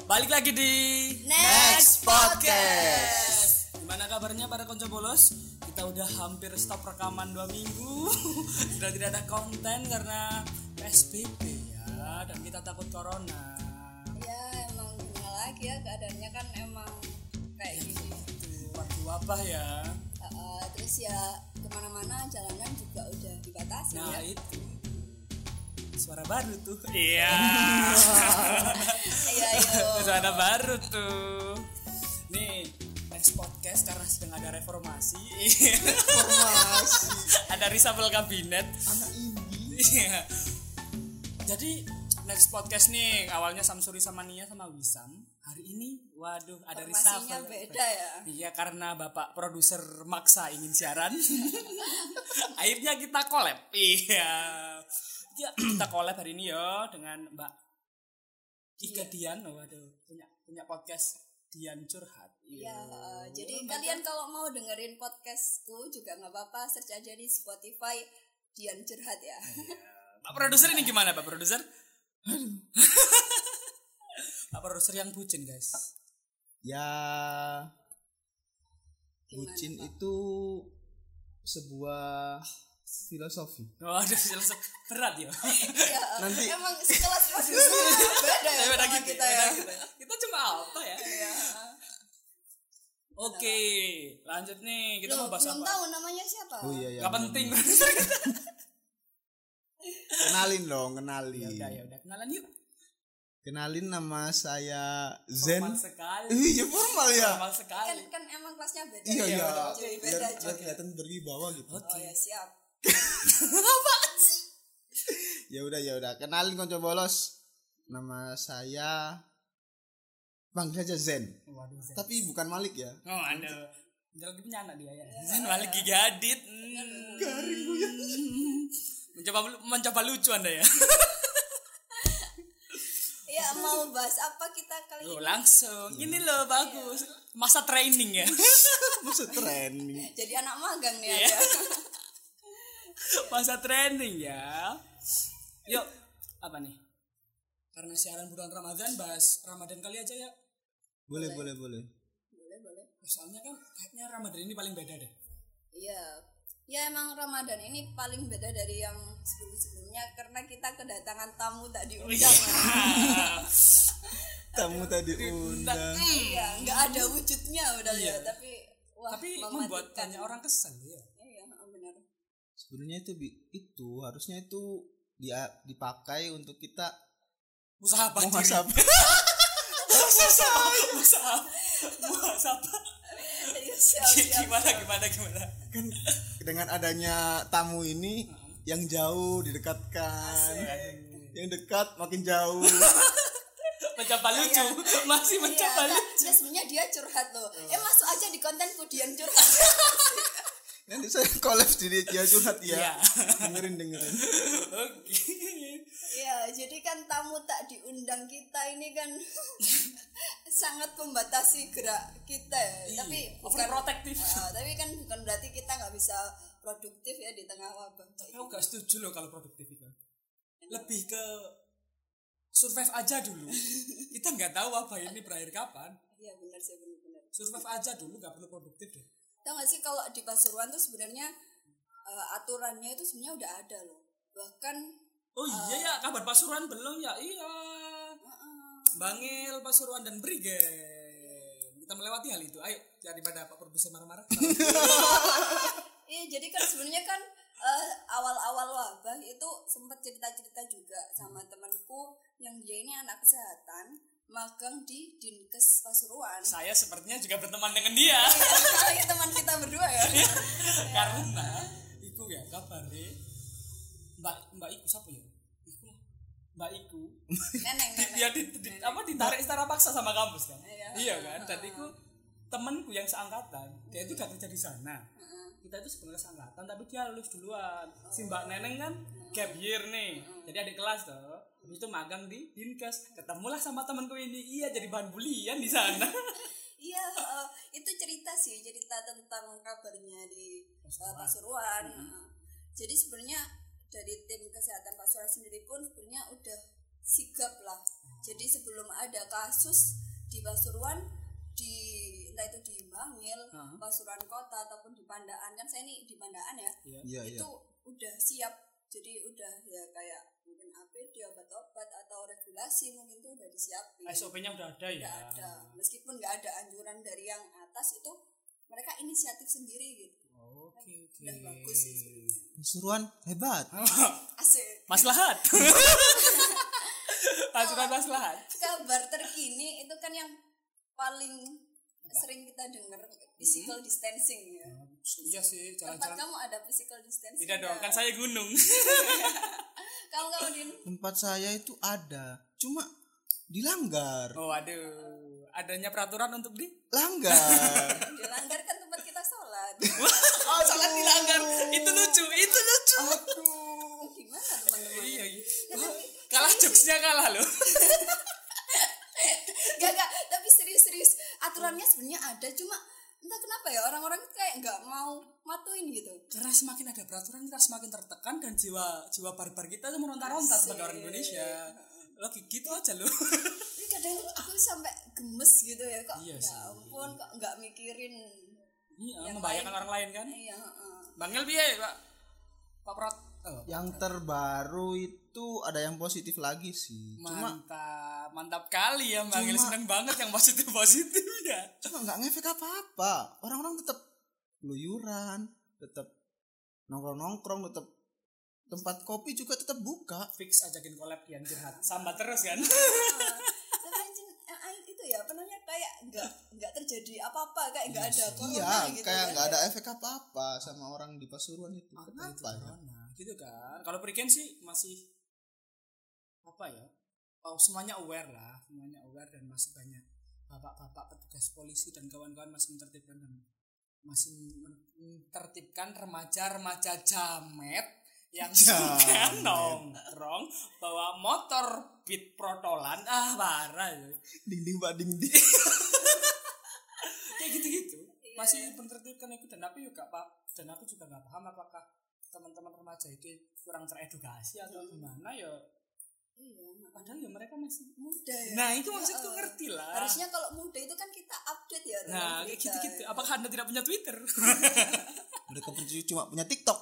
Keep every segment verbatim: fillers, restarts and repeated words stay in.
Balik lagi di Next Podcast. Gimana kabarnya para konco bolos? Kita udah hampir stop rekaman dua minggu. Sudah tidak ada konten karena P S B B ya, dan kita takut corona. Ya emang gimana lagi ya, keadaannya kan emang kayak Ya, gini. Waktu wabah ya. Uh, uh, terus ya kemana-mana jalanan juga udah dibatasi. Nah ya. itu suara baru tuh. Iya. Iya iya. Suara baru tuh. Nih Next Podcast karena sedang ada reformasi. Reformasi. Ada reshuffle kabinet. Anak ini. Iya. Jadi Next Podcast nih awalnya Samsuri sama Nia sama Wisam. Hari ini waduh ada Formasinya reshuffle. beda ya. Iya karena Bapak produser maksa ingin siaran. Akhirnya kita collab. Iya. Ya, kita collab hari ini ya dengan Mbak Ika Dian. Waduh, punya punya podcast Dian Curhat. Iya. Uh, jadi Mbak kalian kalau mau dengerin podcastku juga nggak apa-apa, search aja di Spotify Dian Curhat ya. Pak produser ini gimana Pak produser? Pak produser yang bucin guys. Ya, Gimana, bucin Pak? itu sebuah filosofi. Oh, ada selesai berat ya. Iya. Nanti- Emang sekelas produser beda ya Beda sama gitu, kita beda ya. gitu. Kita cuma apa ya? Iya. Oke, lanjut nih. Kita Loh, mau bahas belum apa? tahu namanya siapa. Oh iya ya. Gak penting. Kenalin dong, kenalin. Ya udah, ya udah. Kenalan yuk. Kenalin nama saya Zen. Formal sekali. Iya formal ya. Formal sekali. Kan kan emang kelasnya beda. Iya ya, iya. Jadi Biar beda biar juga. kelihatan berwibawa gitu. Oh ya siap. Ya udah ya udah. Kenalin konco bolos. Nama saya panggil saja Zen. Waduh, Zen. Tapi bukan Malik ya. Oh, ada. Dia lagi punya anak dia ya. Zen balik gigi Adit. Hmm. Garing gue ya. Mencoba mencoba lucu Anda ya. Iya mau bahas apa kita kali Oh, ini? langsung. Ini loh bagus. Masa training ya. Maksud training. Jadi anak magang nih Iya. ada. Masa training ya. Yuk, apa nih? Karena siaran bulan Ramadan, bahas Ramadan kali aja ya. Boleh boleh boleh. Boleh boleh. Soalnya kan kayaknya Ramadan ini paling beda deh. Iya. Ya emang Ramadan ini paling beda dari yang sebelum-sebelumnya karena kita kedatangan tamu tak diundang. Tamu tadi undang. Iya, nggak ada wujudnya udah Iya. ya, tapi wah Tapi membuat mematikan. banyak orang kesel ya. Iya, benar. Sebenarnya itu bi- itu harusnya itu dia dipakai untuk kita Usaha apa? muhasabah. Usaha. Usaha. Muhasabah. Iya, siap, siap. Gimana gimana gimana? Kan dengan adanya tamu ini yang jauh didekatkan, yang dekat makin jauh. Mencoba lucu, masih Iya, mencoba nah, lucu. nah, sebenarnya dia curhat loh. Eh masuk aja di kontenku Dian curhat. Nanti saya collab di dia curhat ya. Iya. Dengerin dengerin. Oke. Iya, jadi kan tamu tak diundang kita ini kan sangat membatasi gerak kita ya. Iya, Tapi overprotective. Ah, tapi kan bukan berarti kita nggak bisa produktif ya di tengah wabah. Tapi aku gak setuju loh kalau produktif itu. Lebih ke survive aja dulu. Kita nggak tahu apa ini berakhir kapan. Iya benar sih benar-benar. Survive aja dulu, nggak perlu produktif deh. Tahu nggak sih kalau di Pasuruan tuh sebenarnya eh, aturannya itu sebenarnya udah ada loh. Bahkan Oh iya ya, kabar Pasuruan belum ya? Iya. Bangil, Pasuruan dan Brigen. Kita melewati hal itu. Ayo, daripada Pak Produser marah-marah. iya jadi kan sebenarnya kan eh, awal-awal wabah itu sempat cerita-cerita juga sama temanku yang dia ini anak kesehatan magang di Dinkes Pasuruan. Saya sepertinya juga berteman dengan dia. Iya, teman kita berdua ya. Karena Iku ya kabarnya Mbak Mbak Iku siapa ya? Iku lah. Mbak Iku. Neneng, neneng. Dia di, di- apa ditarik secara paksa sama kampus kan? Iya. Iya kan? Dan Iku temanku yang seangkatan, dia itu udah kerja di sana. Kita itu sebenarnya seangkatan tapi dia lulus duluan. Si Mbak Neneng kan gap year nih. Jadi adik kelas tuh. Habis itu magang di Dinkes. Ketemulah sama temanku ini. Iya jadi bahan bulian di sana. Iya, eh, itu cerita sih, cerita tentang kabarnya di eh, Pasuruan. Nah, jadi sebenarnya dari tim kesehatan Pasuruan sendiri pun sebenarnya udah sigap lah. Jadi sebelum ada kasus di Pasuruan, di entah itu di Bangil, uh-huh. Pasuruan Kota ataupun di Pandaan, kan saya ini di Pandaan ya, yeah. itu yeah. udah siap. Jadi udah ya kayak mungkin A P D, obat-obat atau regulasi mungkin itu udah disiapin. S O P-nya udah ada ya. Udah ada. Meskipun nggak ada anjuran dari yang atas, itu mereka inisiatif sendiri gitu. Oke, okay, oke. Okay. Udah bagus sih sebenarnya. Pasuruan hebat. Asik. Maslahat. Pasuruan maslahat. Kabar terkini itu kan yang paling sering kita dengar physical hmm. distancing ya. Oh, iya sih, jalan-jalan. Tempat kamu ada physical distancing? Tidak dong, kan saya gunung. Kamu kamu Din? Tempat saya itu ada, cuma dilanggar. Oh, aduh. Adanya peraturan untuk dilanggar. Dilanggar kan tempat kita sholat. Oh, sholat dilanggar. Itu lucu, itu lucu. Aduh, gimana teman-teman? Iya, iya. Oh, kalah jokesnya kalah loh. Gak, gak, tapi serius-serius aturannya sebenarnya ada, cuma entah kenapa ya orang-orang kayak nggak mau matuin gitu. Karena semakin ada peraturan kita semakin tertekan dan jiwa jiwa barbar kita tuh meronta-ronta sebagai orang Indonesia. Lagi gitu aja loh. Tapi kadang aku sampai gemes gitu ya kok. Iya ya ampun kok nggak mikirin. Iya, membahayakan orang lain kan. Iya. Uh. Bangil piye Pak? Pak Prot. Oh, yang terbaru itu ada yang positif lagi sih. Mantap, cuma, mantap kali ya Bang. Seneng banget yang positif-positif ya. Cuma nggak ngefek apa-apa. Orang-orang tetap keluyuran, tetap nongkrong-nongkrong, tetap tempat kopi juga tetap buka. Fix ajakin collab yang curhat. Sambat terus kan. Tapi itu ya, apa namanya kayak nggak nggak terjadi apa-apa, kayak nggak ada corona iya, gitu. Iya, kayak nggak kan? Ada efek apa-apa sama orang di Pasuruan itu. Apa Kenapa itu ya? Gitu kan. Kalau Perigen sih masih apa ya? Oh, semuanya aware lah, semuanya aware dan masih banyak bapak-bapak petugas polisi dan kawan-kawan masih menertibkan dan masih menertibkan remaja-remaja jamet yang suka nongkrong bawa motor beat protolan. Ah, parah ya. Ding ding Pak ding ding. Kayak gitu-gitu. Masih menertibkan itu dan aku juga Pak dan aku juga nggak paham apakah teman-teman remaja itu kurang teredukasi atau hmm. gimana ya. Iya, padahal ya mereka masih muda ya. Nah, itu maksudku ya, ngerti lah. Harusnya kalau muda itu kan kita update ya. Nah, kayak gitu-gitu. Ya. Apakah Anda tidak punya Twitter? Mereka cuma punya TikTok.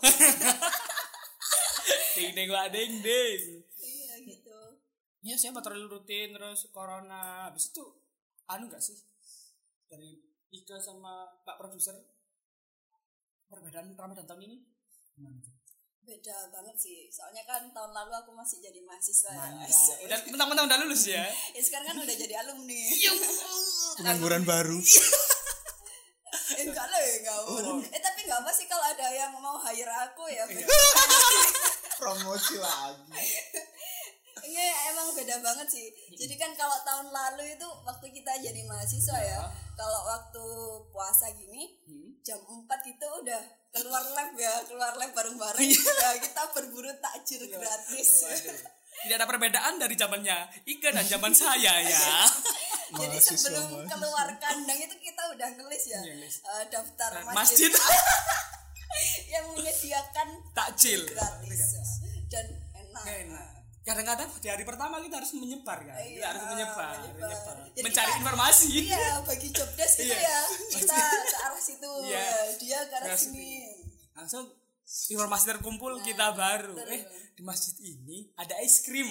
Ding ding wa ding ding. Iya gitu. Ya, saya patroli rutin terus corona. Habis itu anu enggak sih? Dari Ika sama Pak produser perbedaan Ramadan tahun ini gimana tuh? Beda banget sih, soalnya kan tahun lalu aku masih jadi mahasiswa. Mantap. Udah mentang-mentang udah lulus ya? Ya sekarang kan udah jadi alumni. Pengangguran baru. eh enggak lah ya ngawur. Oh. Eh tapi enggak apa sih kalau ada yang mau hire aku ya. Promosi lagi. Iya emang beda banget sih. Jadi kan kalau tahun lalu itu waktu kita jadi mahasiswa ya, kalau waktu puasa gini jam empat gitu udah keluar lab ya, keluar lab bareng-bareng ya, kita berburu takjil gratis. Tidak ada perbedaan dari zamannya Ika dan zaman saya ya. Jadi sebelum keluar kandang itu kita udah ngelis ya, uh, daftar masjid, masjid. yang menyediakan takjil gratis dan enak. enak. Kadang-kadang di hari pertama kita harus menyebar kan, iya, kita harus menyebar, menyebar. menyebar. mencari kita, informasi. Iya, bagi job desk gitu iya. ya, kita ke arah situ, iya. dia ke arah sini. Langsung informasi terkumpul nah, kita baru, betul. eh di masjid ini ada es krim.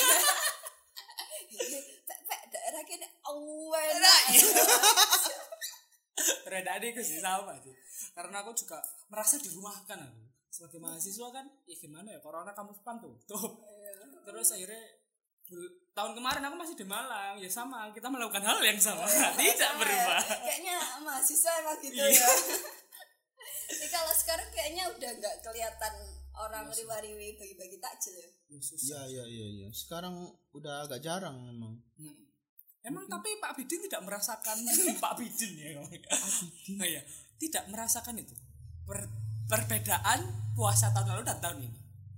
Pak, daerah kene awal. Rada adikku sih sama sih, karena aku juga merasa dirumahkan aku. Sebagai mahasiswa kan, ya gimana ya, corona kampus pan tutup. Terus akhirnya tahun kemarin aku masih di Malang, ya sama, kita melakukan hal yang sama, oh, tidak sama berubah. Ya. Kayaknya mahasiswa emang gitu ya. Jadi kalau sekarang kayaknya udah nggak kelihatan orang ya, riwa-riwi bagi-bagi takjil ya. Iya iya iya iya. Sekarang udah agak jarang memang. Hmm. Emang hmm. tapi Pak Bidin tidak merasakan Pak Bidin ya. Pak Bidin. Nah, ya, tidak merasakan itu. Per, perbedaan puasa tahun lalu dan tahun ini.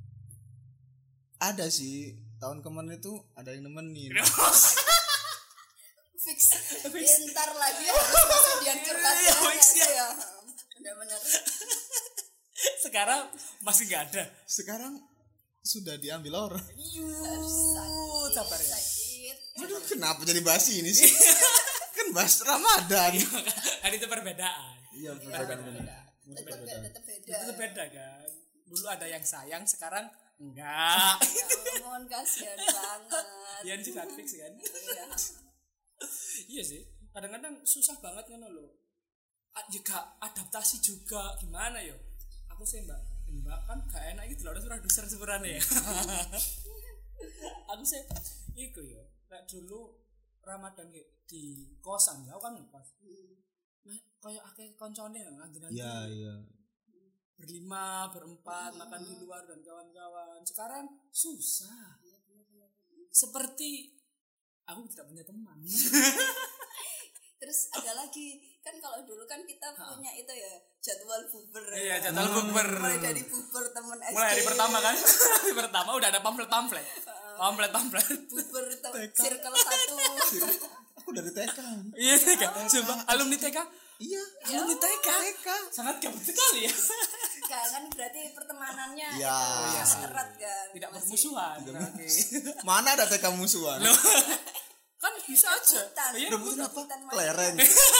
Ada sih, tahun kemarin itu ada yang nemenin. Fix. Fix. Ntar lagi harus kesedihan curhatnya ya. Benar-benar. Sekarang masih nggak ada. Sekarang sudah diambil orang. Yuh, sabar ya. Sakit. Kenapa jadi bahas ini sih? Kan bahas Ramadan. Kan itu perbedaan. Iya, Perbedaan. tetap ya tetap beda Itu beda kan. Dulu ada yang sayang, sekarang enggak. ya Allah, mohon kasihan banget Iya sih fix kan. iya Iya sih. Kadang-kadang susah banget ngono loh. A- juga adaptasi juga gimana yo? Aku sih mbak, mbak kan gak enak gitu loh. Udah produser sebenarnya ya. Aku sih, iku yo. Kayak dulu Ramadan di, di kosan ya, aku kan ngekos. Nah, kayak akeh koncone nanti-nanti. Iya, iya. Berlima, berempat, makan di luar dan kawan-kawan. Sekarang susah. Seperti aku tidak punya teman. terus ada lagi kan kalau dulu kan kita punya itu ya jadwal buber Iya, jadwal bukber. mulai dari buber temen S D Mulai hari pertama kan? Hari pertama udah ada pamflet-pamflet. Pamflet-pamflet. buber te- circle satu Aku dari T K. Iya, T K. Coba alumni T K. Iya. Alumni T K. Sangat gabut sekali ya. kan berarti pertemanannya Ya. itu erat kan Tidak Masih bermusuhan. Oke. Mana ada T K musuhan? Kan bisa aja. rebutan Iya, Rebutan apa? rebutan main. Kelereng.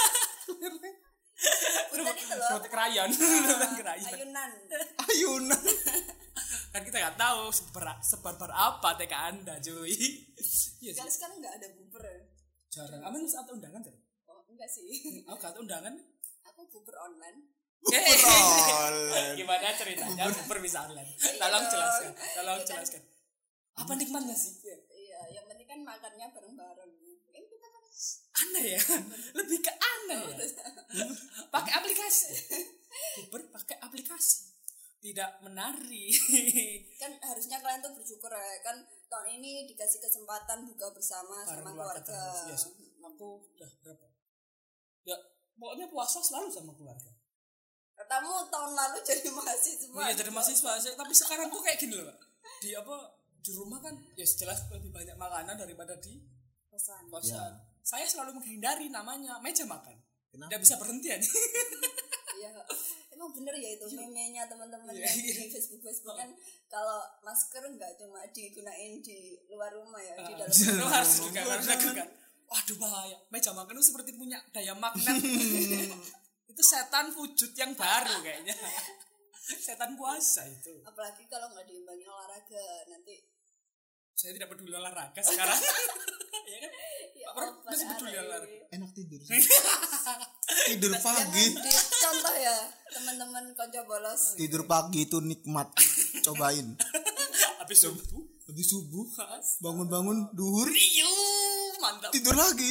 rebutan itu loh Seperti krayon. Rebutan krayon. ayunan Ayunan. Kan kita nggak tahu sebar sebarbar apa T K Anda, cuy. Iya kan sih. sekarang nggak ada buber Jarang. Amin saat undangan kan? oh enggak sih Aku kata undangan. aku buber online Online. Gimana ceritanya buber bisa online? Tolong jelaskan. Tolong jelaskan. Apa nikmatnya sih? iya yang penting kan makannya bareng-bareng kan kita kan Aneh ya. Lebih ke aneh ya. Pakai aplikasi. Buber pakai aplikasi. Tidak menari. kan harusnya kalian tuh bersyukur ya kan tahun ini dikasih kesempatan buka bersama Bareng sama keluarga keluarga terus. Iya sih. Aku udah berapa? Ya, pokoknya puasa selalu sama keluarga. katamu tahun lalu jadi mahasiswa Iya, jadi mahasiswa aja. Tapi sekarang tuh kayak gini loh, Pak. Di apa? Di rumah kan ya jelas lebih banyak makanan daripada di pesan kosan. Saya selalu menghindari namanya meja makan. Kenapa? Tidak bisa berhenti aja. iya emang bener ya itu meme-nya teman-teman Iya, yang iya. di Facebook Facebook kan kalau masker nggak cuma digunain di luar rumah ya di dalam Lu harus juga harus lakukan. Waduh bahaya. Meja makan itu seperti punya daya magnet. Itu setan wujud yang baru kayaknya. Setan puasa itu. apalagi kalau nggak diimbangi olahraga nanti Saya tidak peduli olahraga sekarang. Ya kan? ya Pak Prof Allah, masih pada peduli hari olahraga. ini. Enak tidur sih. Tidur pagi. Jangan dicontoh ya teman-teman konco bolos Tidur pagi itu nikmat. Cobain. Habis subuh. Habis subuh, bangun-bangun duhur, Iyo, mantap. tidur lagi.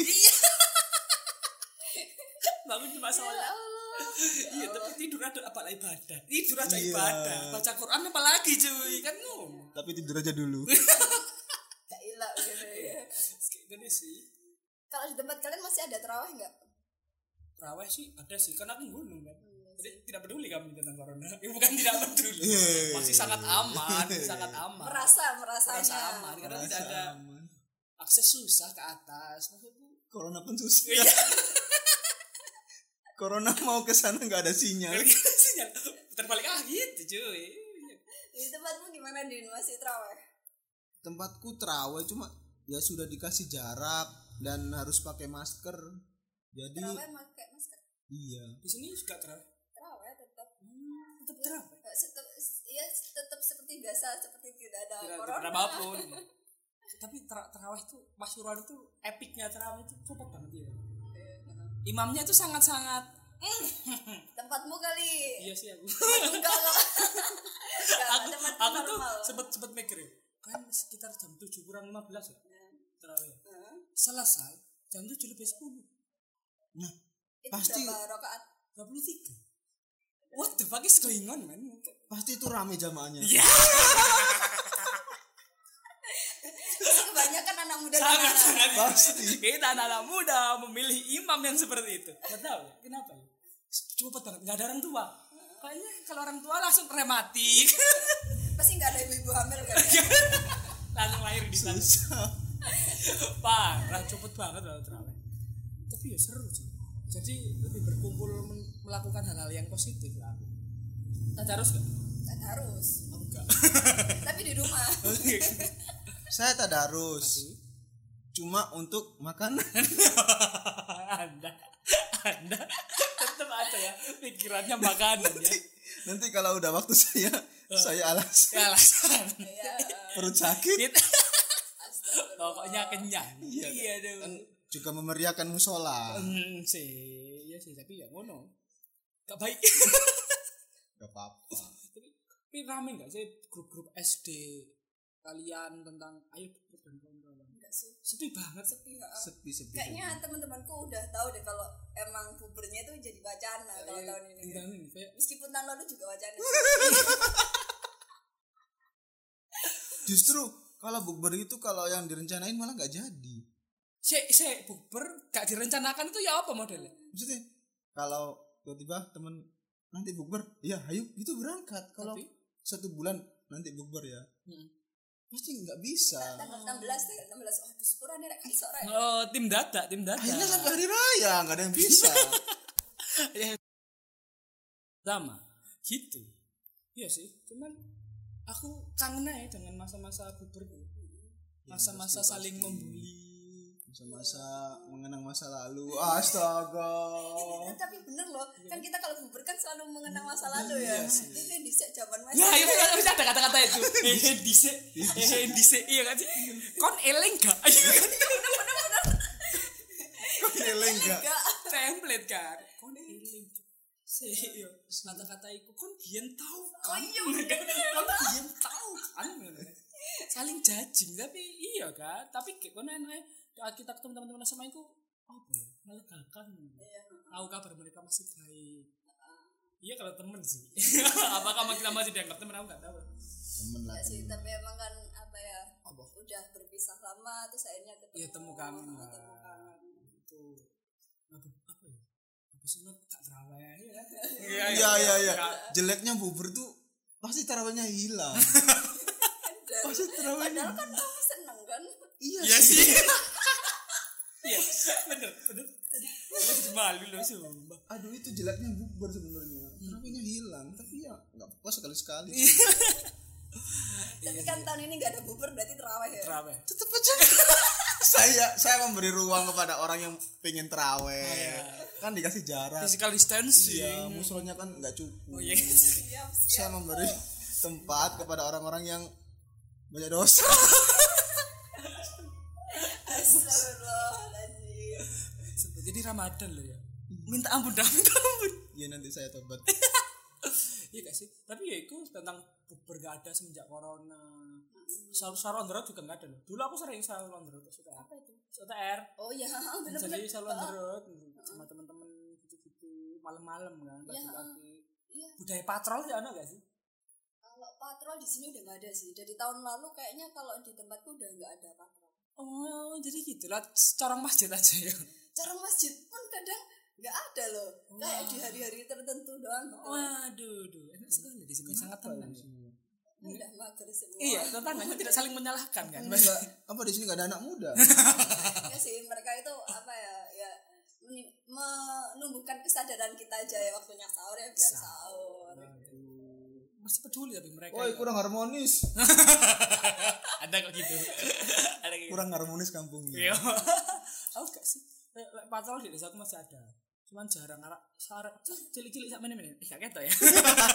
Bangun cuma sholat. Iya, tapi tidur ada apa ibadah. Tidur aja Iya. ibadah. Baca Quran apa lagi cuy? Kan ngomong. Tapi tidur aja dulu. gak ilah gitu ya Kayak gini sih. kalau di tempat kalian masih ada terawih nggak Terawih sih ada sih, karena aku gunung kan. Jadi tidak peduli kami tentang corona. Ya, bukan tidak peduli. Iya. Masih sangat aman, masih sangat aman. merasa merasanya Merasa aman karena tidak Rasa ada aman. akses susah ke atas. Maksudku Corona pun susah. iya. Corona mau ke sana nggak ada sinyal. Sinyal terbalik ah gitu cuy. di tempatmu gimana Din masih terawih Tempatku terawih cuma ya sudah dikasih jarak dan harus pakai masker. Jadi terawih pakai masker iya. Di sini juga terawih. terawih tetap Tetap terawih. Nggak tetap ya tetap seperti biasa seperti tidak ada Tidak corona tidak apapun. Tapi ter- terawih itu pasuruan itu epicnya terawih itu cepet banget ya. Imamnya itu sangat-sangat tempatmu kali iya sih aku. enggak enggak Enggak, aku tempatmu aku tuh normal. sempet sempet mikir ya, kan sekitar jam tujuh kurang lima belas ya terawih. Hah? Selesai jam tujuh lebih sepuluh. Nah, itu Pasti- berapa rakaat dua puluh tiga. What the fuck is going on, man? pasti itu rame jamaahnya. Ya, Pasti kebanyakan anak muda di sangat sana. sangat Pasti. kita anak muda memilih imam yang seperti itu. Gak tahu ya, kenapa ya? Cepet banget, nggak ada orang tua. Kayaknya kalau orang tua langsung rematik, Pasti nggak ada ibu-ibu hamil kan ya? langsung lahir di sana. Susah. Parah, cepet banget lah terawih. Tapi ya seru sih. Jadi lebih berkumpul men- melakukan hal-hal yang positif lah. Tadarus gak? Kan harus. Aku enggak. Tapi di rumah. Saya tadarus. cuma untuk makanan. anda anda tetap ada ya pikirannya makanan ya. Nanti kalau udah waktu saya saya alasan Ya, alasan Ya, perut sakit. kita astagfirullah. pokoknya kenyang. Iya, Iya dong. kan juga memeriahkan musola. Hmm, sih ya sih tapi ya ngono gak baik. Gak apa-apa. Tapi rame gak sih grup-grup S D kalian tentang ayo bukber dan kawan-kawan? Enggak sih, Sepi banget. sepi. ha. Sepi-sepi. Kayaknya teman-temanku udah tahu deh kalau emang bubernya itu jadi wacana kalau tahun ini. Tentang ini kayak Meskipun tahun lalu juga wacana. Justru kalau bukber itu kalau yang direncanain malah gak jadi. sik sik bukber gak direncanakan itu ya apa modelnya? Maksudnya kalau tiba-tiba temen nanti bukber, ya ayo gitu berangkat. Kalau Tapi satu bulan nanti bukber ya, hmm. pasti nggak bisa. Tanggal enam belas deh, enam belas oh sepura nih rek iso rek. Oh, tim data, tim data. Akhirnya sampai hari raya nggak ada yang bisa. Sama gitu. Iya sih, cuman aku kangen aja dengan masa-masa bukber itu. Masa-masa pasti, saling pasti. membuli. Masa-masa mengenang masa lalu. Astaga. Eh, tapi bener loh, kan kita kalau bubur kan selalu mengenang masa lalu ya. Ini di zaman masih. Nah, itu kan ada kata-kata itu. Eh, dise, eh, dise, iya kan sih. Kon eleng gak? Kok eleng gak? Template kan. Kon eleng. Sih, yo. Kata-kata itu kon biyen tahu kan. Kon biyen tahu kan. Saling judging tapi iya kan. Tapi kayak kon enak kita ketemu teman-teman sama itu apa ya? Melegakan. Tahu kabar mereka masih baik. Iya kalau temen sih. Apakah kita masih dianggap temen aku nggak tahu. Temen lah. Enggak sih, tapi emang kan apa ya? Apa? Udah berpisah lama terus akhirnya ketemu. Iya temu kangen ketemu lah. kangen. Itu apa apa ya? Apa sih lo tak terawih ya kan? Iya iya iya. Jeleknya bubur tuh pasti tarawihnya hilang. Pasti tarawihnya. Padahal kan kamu seneng kan? Iya Iya sih. sih. Iya bener bener. Aku malu loh sumpah. Aduh itu jeleknya bubur sebenarnya. Tarawihnya hilang, tapi ya nggak apa-apa sekali-sekali. Tapi kan tahun ini nggak ada bubur berarti terawih ya. Terawih. Tetap aja. saya saya memberi ruang kepada orang yang pengen terawih. Iya. Kan dikasih jarak. Physical distancing. Iya, musolanya kan nggak cukup. Oh iya. Siap, Saya siap. memberi tempat kepada orang-orang yang banyak dosa. Astagfirullahaladzim. Jadi Ramadan loh ya. Minta ampun dah, minta ampun. Ya nanti saya tobat. Iya gak sih? Tapi ya itu tentang bukber gak ada semenjak corona. Sahur sahur on the road juga gak ada loh. Dulu aku sering sahur on the road. Apa itu? O T R. Oh iya, benar-benar. Jadi sahur on the road sama teman-teman gitu-gitu malam-malam kan. Pagi-pagi. Iya. Budaya patrol sih ada gak sih? Kalau patrol di sini udah nggak ada sih. Dari tahun lalu kayaknya kalau di tempatku udah nggak ada patrol. Oh jadi gitu lah. Corong masjid aja ya. Cara masjid pun kadang nggak ada loh. Kayak di hari-hari tertentu doang. Gitu. Waduh, duh, enak sekali di sini sangat tenang. Udah mager semua. Iya, tetangganya tidak saling menyalahkan kan. Enggak, apa di sini nggak ada anak muda? Ya sih, mereka itu apa ya? Ya meni- menumbuhkan kesadaran kita aja ya waktunya sahur ya biar sahur. Masih peduli tapi mereka. Woi, ya. kurang harmonis. Ada kok gitu. Ada gitu. Kurang harmonis kampungnya. Iya. Oh gak sih. Lek lek patrol di desa aku masih ada. Cuman jarang arak sarek cilik-cilik sak meneh-meneh. Eh gak ketok ya.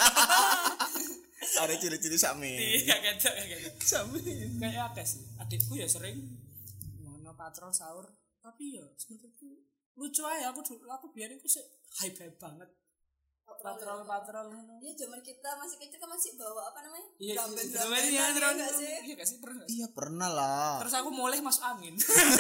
Ada ciri-ciri sami. Iya gak ketok gak ketok. Sami. Kayak akeh sih. Adikku ya sering ngono patrol sahur. Tapi ya sebenarnya lucu aja aku dulu aku biar itu sih hype-hype banget. Patrol-patrol ngono. Iya, zaman kita masih kecil kan masih bawa apa namanya? Iya, Drum band, drum iya, band, iya, iya drum nggak band. sih? Iya gak sih pernah gak? Iya pernah lah. Terus aku mulai masuk angin.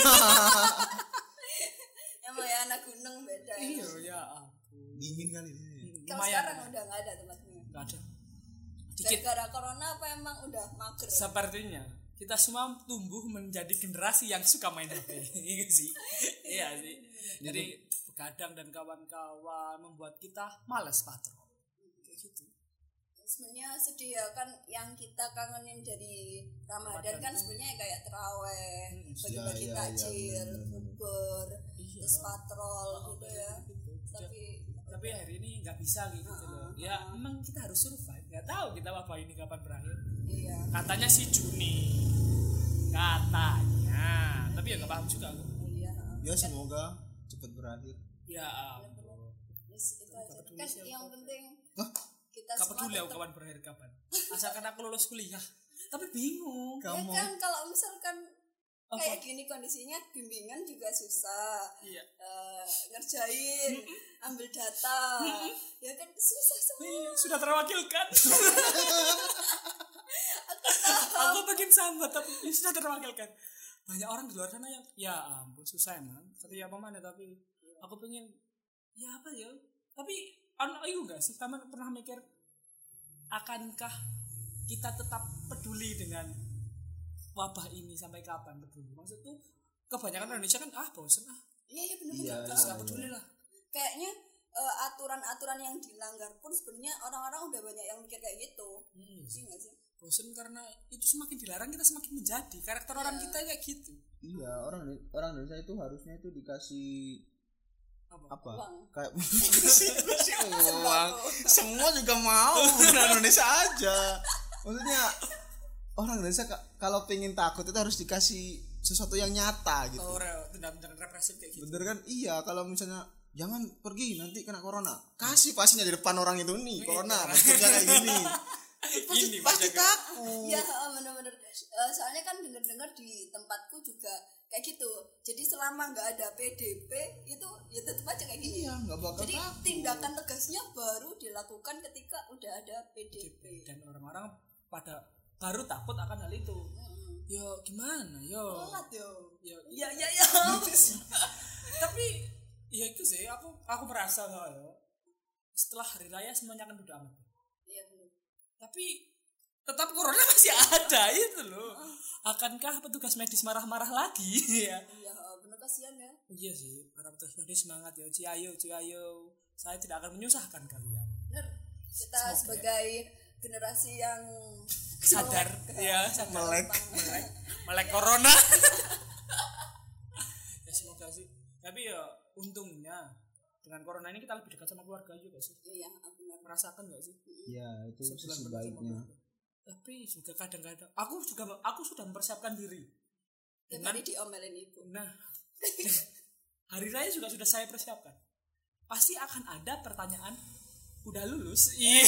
Emang ya anak gunung beda. ya. Iya ya ampun. Dingin kali ini. Kalau Lumayan. sekarang udah nggak ada tempatnya. Gak ada. Dikit. Gara-gara corona apa emang udah mager? Sepertinya kita semua tumbuh menjadi generasi yang suka main H P. Iya sih. Iya sih. Jadi begadang dan kawan-kawan membuat kita malas patrol. Kayak gitu. Sebenarnya sedih ya kan yang kita kangenin dari Ramadan Ramadan kan tuh. sebenarnya kayak terawih, Hmm, bagi-bagi iya, iya, takjil, iya, bener, bener. bubur, Iya. terus patrol gitu ya. Gitu. Tapi Tapi hari ini nggak bisa gitu loh. Ya emang kita harus survive. Nggak tahu kita apa ini kapan berakhir. iya. Katanya sih Juni. Katanya. Tapi ya nggak nggak paham juga aku. Iya. Ya semoga cepat berakhir. Ya Yes, itu aja. Kan yang penting Hah? kita kapan semua dulu ya tetap- kapan berakhir kapan asalkan aku lulus kuliah tapi bingung ya Kamu kan kalau misalkan Apa? kayak gini kondisinya bimbingan juga susah. iya Eh, ngerjain, ambil data, ya kan susah semua. Iya, sudah terwakilkan aku pengen sama tapi ya sudah terwakilkan banyak orang di luar sana yang ya ampun susah emang tapi apa mana tapi aku pengen ya apa ya tapi anak itu enggak sih kamu pernah mikir akankah kita tetap peduli dengan wabah ini sampai kapan peduli maksudku kebanyakan orang Indonesia kan ah bosen ah Iya iya benar Iya, benar. terus iya, nggak peduli lah Kayaknya eh, aturan-aturan yang dilanggar pun sebenarnya orang-orang udah banyak yang mikir kayak gitu. hmm. Sih nggak sih? bosen karena itu semakin dilarang kita semakin menjadi karakter orang kita kayak gitu iya orang orang Indonesia itu harusnya itu dikasih apa, apa Uang. kayak dikasih uang semua juga mau bukan Indonesia aja maksudnya orang Indonesia ka- kalau pengen takut itu harus dikasih sesuatu yang nyata gitu oh re- tindakan represif kayak gitu bener kan iya kalau misalnya jangan pergi nanti kena corona kasih pastinya di depan orang itu nih corona maksudnya kayak gini pasti, Ini pasti maksudnya. takut Ya benar-benar. Eh, soalnya kan dengar-dengar di tempatku juga kayak gitu. Jadi selama nggak ada P D P itu ya tetap aja kayak gini. iya nggak bakal Jadi takut tindakan tegasnya baru dilakukan ketika udah ada P D P. dan orang-orang pada baru takut akan hal itu Hmm. yo gimana yo Telat yo. yo Ya ya ya. tapi ya itu sih aku aku merasa yo setelah hari raya semuanya akan udah aman Iya benar. tapi tetap corona masih ada itu loh akankah petugas medis marah-marah lagi ya Iya benar kasihan ya. iya sih para petugas medis semangat ya ciayo ciayo saya tidak akan menyusahkan kalian Benar. Kita Semoga, sebagai generasi yang sadar melek, ya sadar melek melek melek corona ya semoga sih tapi ya untungnya dengan corona ini kita lebih dekat sama keluarga juga sih Iya benar. merasakan nggak sih ya itu Sebulan sisi bersama baiknya keluarga. Tapi juga kadang-kadang aku juga aku sudah mempersiapkan diri Tiap dengan hari diomelin ibu. nah hari raya juga sudah saya persiapkan pasti akan ada pertanyaan udah lulus iya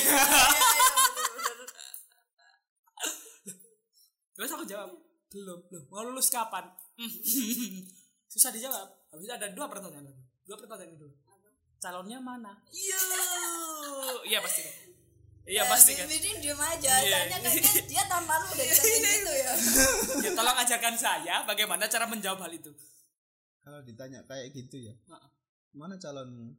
terus aku jawab belum belum mau lulus kapan susah dijawab habis itu ada dua pertanyaan lagi dua pertanyaan itu calonnya mana iya iya pasti kan iya pasti kan Bidin diem aja. Iya. Soalnya kayaknya dia tanpa lu udah ditanya gitu ya. ya tolong ajarkan saya bagaimana cara menjawab hal itu kalau ditanya kayak gitu ya Maaf. mana calonmu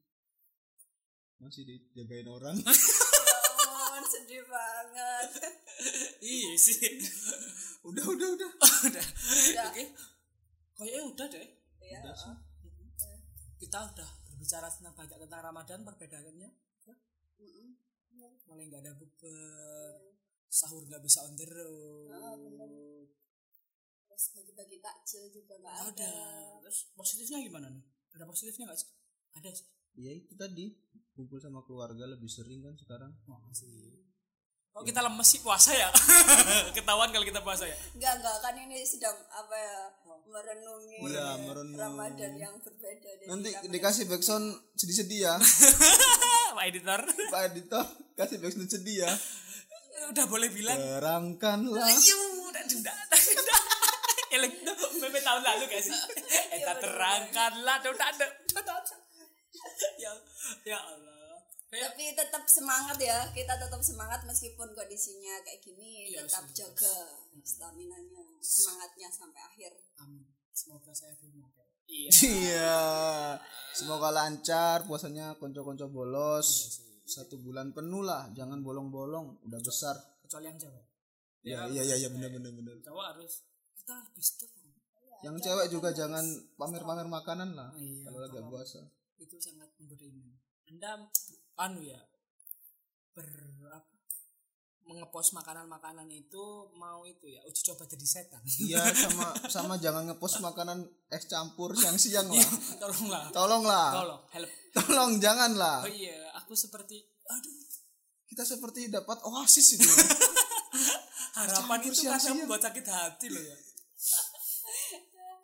masih dijagain orang Oh, sedih banget. iya sih udah udah udah udah Udah. oke kayaknya udah deh Ya. udah sih kita udah berbicara tentang banyak tentang Ramadan perbedaannya ya. Mm-mm. mulai nggak ada bukber sahur nggak bisa on the road Ah, bener. Terus bagi-bagi takjil juga nggak ada ada. terus positifnya gimana nih ada positifnya nggak sih ada sih ya itu tadi kumpul sama keluarga lebih sering kan sekarang oh, sih kok kita lemes sih puasa ya ketahuan kalau kita puasa ya Enggak, enggak kan ini sedang apa ya merenungi Iya, merenung. Ramadan yang berbeda dari nanti Ramadan. dikasih backsound sedih-sedih ya Pak editor Pak editor kasih backsound sedih ya udah boleh bilang terangkanlah ayo udah udah udah elek meme tahun lalu gak sih eta terangkanlah udah ada ya ya Allah kayak Tapi tetap semangat ya, kita tetap semangat meskipun kondisinya kayak gini, Iya, tetap sih. jaga stamina-nya, semangatnya sampai akhir. amin semoga saya belum ada iya iya semoga lancar puasanya konco-konco bolos satu bulan penuh lah jangan bolong-bolong udah besar kecuali yang cewek ya iya iya iya bener bener bener cowok harus kita lebih stop yang cewek juga jangan pamer-pamer makanan lah Iya, kalau lagi tolong. puasa itu sangat menggoda iman anda anu ya ber apa mengepost makanan-makanan itu mau itu ya uji coba jadi setan iya sama sama jangan ngepost makanan es campur siang-siang lah tolonglah tolonglah tolong help tolong janganlah oh iya aku seperti aduh kita seperti dapat oasis itu harapan Campur itu kadang siang-siang. buat sakit hati loh ya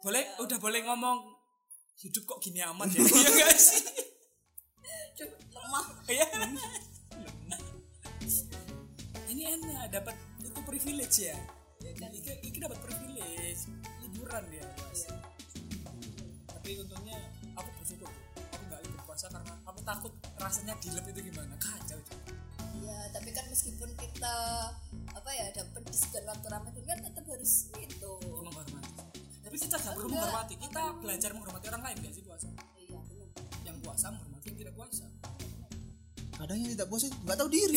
boleh udah boleh ngomong hidup kok gini amat ya. Iya enggak sih? Duh, lemah. Iya. Ini enak dapat itu privilege ya. Iki, iki dapat privilege liburan dia. Iya. Tapi untungnya aku bersyukur aku nggak libur puasa karena aku takut rasanya dilep itu gimana kacau. Ya tapi kan meskipun kita apa ya dapat diskon waktu Ramadan kan tetap harus itu menghormati. Tapi kita nggak perlu Enggak. menghormati, kita belajar menghormati orang lain nggak sih puasa? iya benar. Yang puasa menghormati yang tidak puasa. Kadang yang tidak puasa nggak tahu diri.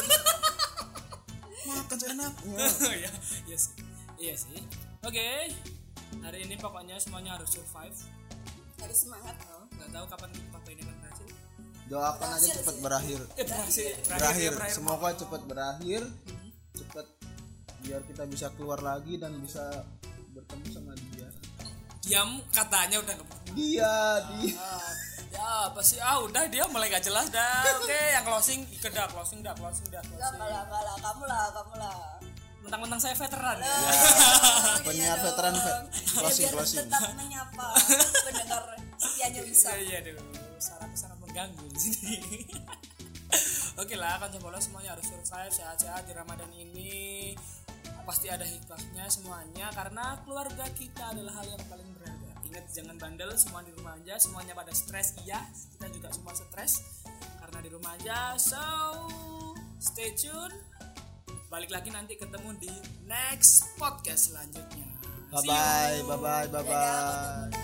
Makan seenaknya. Iya, iya sih. Iya sih. Oke. Hari ini pokoknya semuanya harus survive. Harus semangat. Oh, nggak tahu kapan apa ini akan berhasil. Doakan aja Berhasil cepat sih. berakhir. Eh berhasil, Berakhir. ya, Semoga cepat berakhir. Cepat biar kita bisa keluar lagi dan bisa bertemu sama dia. Diam katanya udah nggak. Dia, dia. Ah, ya apa sih? Ah udah dia mulai gak jelas dah. Oke, yang closing ikut dah, closing dah, closing dah, Enggak closing. kalah kalah kamu lah kamu lah. Mentang-mentang saya veteran ya. Penyiar veteran ve- closing, biar closing. tetap menyapa pendengar setianya bisa. Iya, iya dulu. Sarapnya sangat mengganggu di sini. Oke lah, kan bola semuanya harus survive sehat-sehat di Ramadan ini. Pasti ada hikmahnya semuanya karena keluarga kita adalah hal yang paling berharga. Ingat jangan bandel, semua di rumah aja, semuanya pada stres. Iya, kita juga semua stres karena di rumah aja. So, stay tune. Balik lagi nanti ketemu di next podcast selanjutnya. Bye See bye, you. bye bye, bye bye.